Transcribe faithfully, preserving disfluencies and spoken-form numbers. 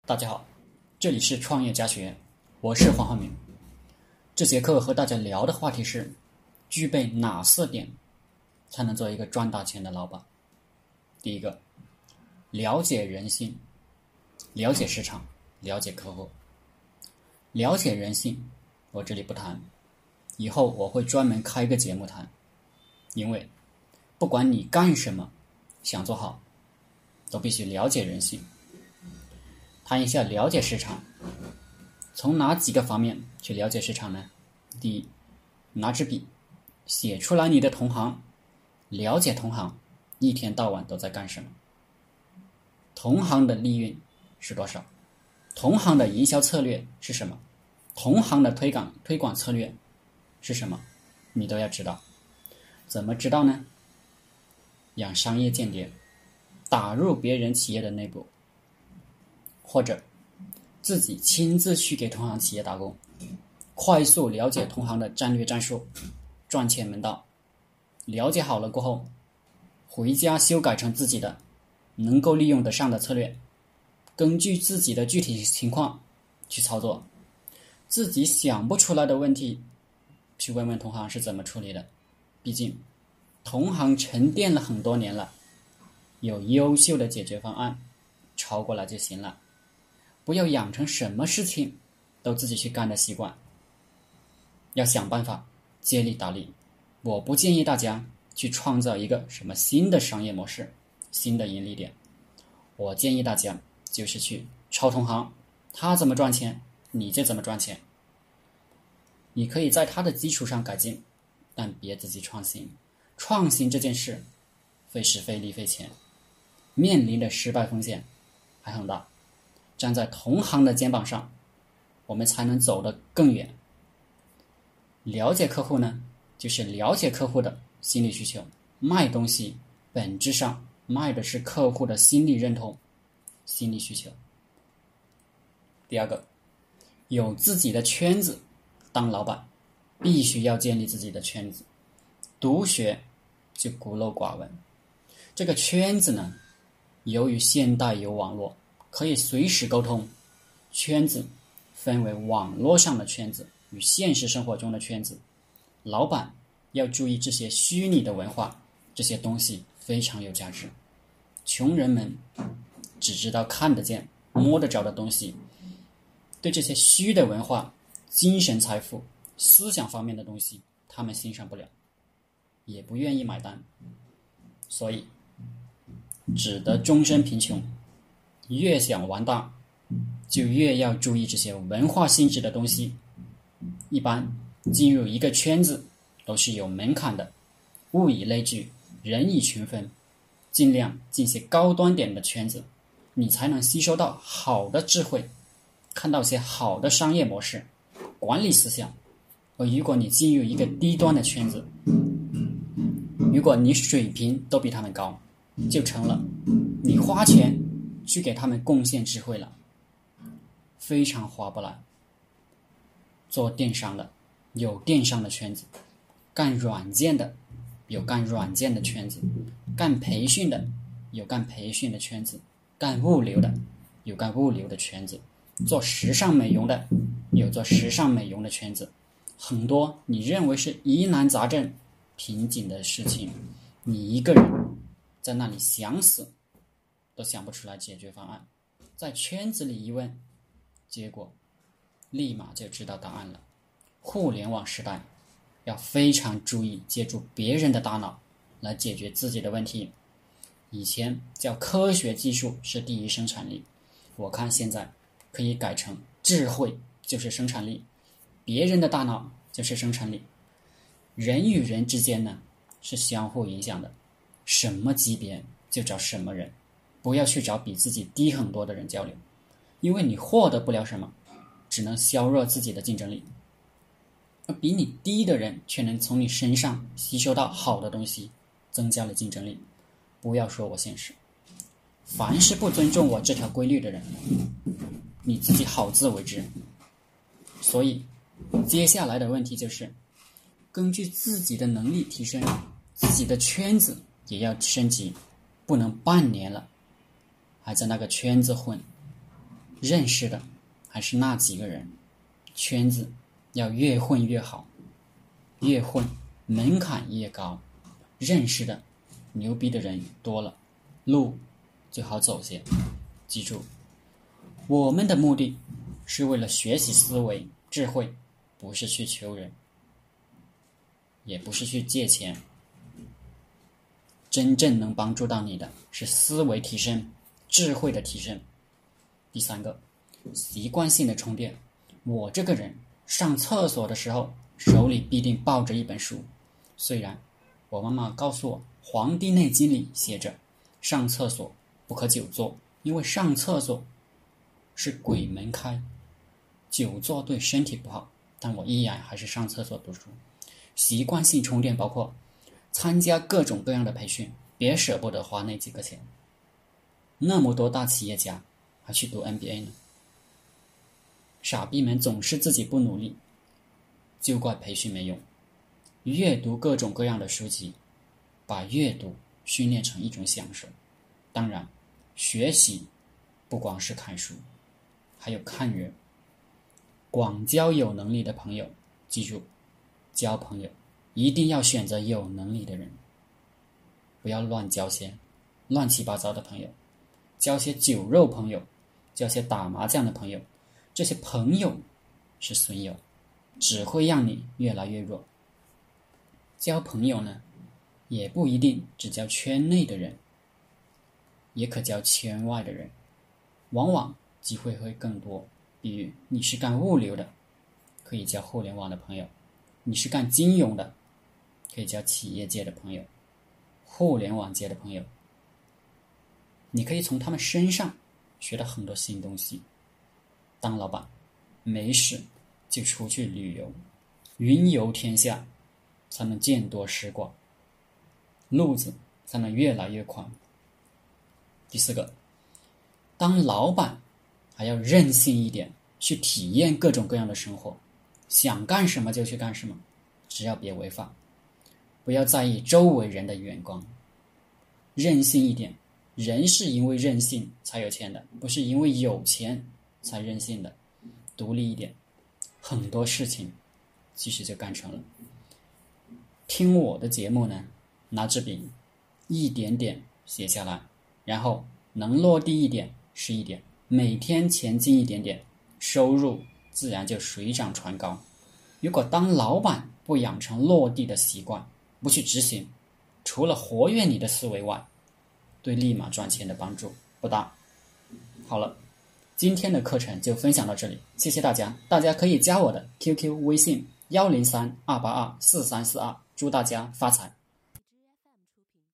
大家好，这里是创业家学院，我是黄浩明。这节课和大家聊的话题是：具备哪四点才能做一个赚大钱的老板？第一个，了解人性，了解市场，了解客户。了解人性，我这里不谈，以后我会专门开个节目谈。因为不管你干什么，想做好，都必须了解人性。谈一下了解市场，从哪几个方面去了解市场呢？第一，拿支笔写出来你的同行，了解同行一天到晚都在干什么，同行的利润是多少，同行的营销策略是什么，同行的推广推广策略是什么，你都要知道。怎么知道呢？养商业间谍，打入别人企业的内部，或者自己亲自去给同行企业打工，快速了解同行的战略战术、赚钱门道。了解好了过后，回家修改成自己的能够利用得上的策略，根据自己的具体情况去操作。自己想不出来的问题，去问问同行是怎么处理的。毕竟同行沉淀了很多年了，有优秀的解决方案，抄过来就行了。不要养成什么事情都自己去干的习惯，要想办法接力打力。我不建议大家去创造一个什么新的商业模式、新的盈利点，我建议大家就是去抄同行，他怎么赚钱你就怎么赚钱。你可以在他的基础上改进，但别自己创新。创新这件事费时费力费钱，面临的失败风险还很大。站在同行的肩膀上，我们才能走得更远。了解客户呢，就是了解客户的心理需求。卖东西本质上卖的是客户的心理认同、心理需求。第二个，有自己的圈子。当老板必须要建立自己的圈子，独学就孤陋寡闻。这个圈子呢，由于现代有网络，可以随时沟通。圈子分为网络上的圈子与现实生活中的圈子。老板要注意这些虚拟的文化，这些东西非常有价值。穷人们只知道看得见、摸得着的东西，对这些虚的文化、精神财富、思想方面的东西，他们欣赏不了，也不愿意买单，所以只得终身贫穷。越想玩大，就越要注意这些文化性质的东西。一般进入一个圈子都是有门槛的，物以类聚，人以群分，尽量进些高端点的圈子，你才能吸收到好的智慧，看到些好的商业模式、管理思想。而如果你进入一个低端的圈子，如果你水平都比他们高，就成了你花钱去给他们贡献智慧了，非常划不来。做电商的有电商的圈子，干软件的有干软件的圈子，干培训的有干培训的圈子，干物流的有干物流的圈子，做时尚美容的有做时尚美容的圈子。很多你认为是疑难杂症、瓶颈的事情，你一个人在那里想死都想不出来解决方案，在圈子里一问，结果立马就知道答案了。互联网时代要非常注意借助别人的大脑来解决自己的问题。以前叫科学技术是第一生产力，我看现在可以改成智慧就是生产力，别人的大脑就是生产力。人与人之间呢是相互影响的，什么级别就找什么人，不要去找比自己低很多的人交流，因为你获得不了什么，只能削弱自己的竞争力。而比你低的人却能从你身上吸收到好的东西，增加了竞争力。不要说我现实，凡是不尊重我这条规律的人，你自己好自为之。所以接下来的问题就是根据自己的能力提升，自己的圈子也要升级，不能半年了还在那个圈子混， 认识的还是那几个人，圈子要越混越好，越混门槛越高，认识的牛逼的人多了，路就好走些。记住，我们的目的是为了学习思维智慧，不是去求人，也不是去借钱。真正能帮助到你的是思维提升，智慧的提升。第三个，习惯性的充电。我这个人上厕所的时候手里必定抱着一本书，虽然我妈妈告诉我《黄帝内经》里写着上厕所不可久坐，因为上厕所是鬼门开，久坐对身体不好，但我依然还是上厕所读书。习惯性充电包括参加各种各样的培训，别舍不得花那几个钱。那么多大企业家还去读 M B A 呢？傻逼们总是自己不努力，就怪培训没用。阅读各种各样的书籍，把阅读训练成一种享受。当然，学习不光是看书，还有看人。广交有能力的朋友，记住，交朋友一定要选择有能力的人，不要乱交些乱七八糟的朋友，交些酒肉朋友，交些打麻将的朋友，这些朋友是损友，只会让你越来越弱。交朋友呢，也不一定只交圈内的人，也可交圈外的人，往往机会会更多。比如你是干物流的，可以交互联网的朋友；你是干金融的，可以交企业界的朋友、互联网界的朋友。你可以从他们身上学到很多新东西。当老板没事就出去旅游，云游天下，才能见多识广，路子才能越来越宽。第四个，当老板还要任性一点，去体验各种各样的生活，想干什么就去干什么，只要别违法，不要在意周围人的眼光。任性一点，人是因为任性才有钱的，不是因为有钱才任性的。独立一点，很多事情其实就干成了。听我的节目呢，拿支笔一点点写下来，然后能落地一点是一点，每天前进一点点，收入自然就水涨船高。如果当老板不养成落地的习惯，不去执行，除了活跃你的思维外，对立马赚钱的帮助不大。好了，今天的课程就分享到这里，谢谢大家。大家可以加我的 Q Q 微信一零三二八二四三四二，祝大家发财。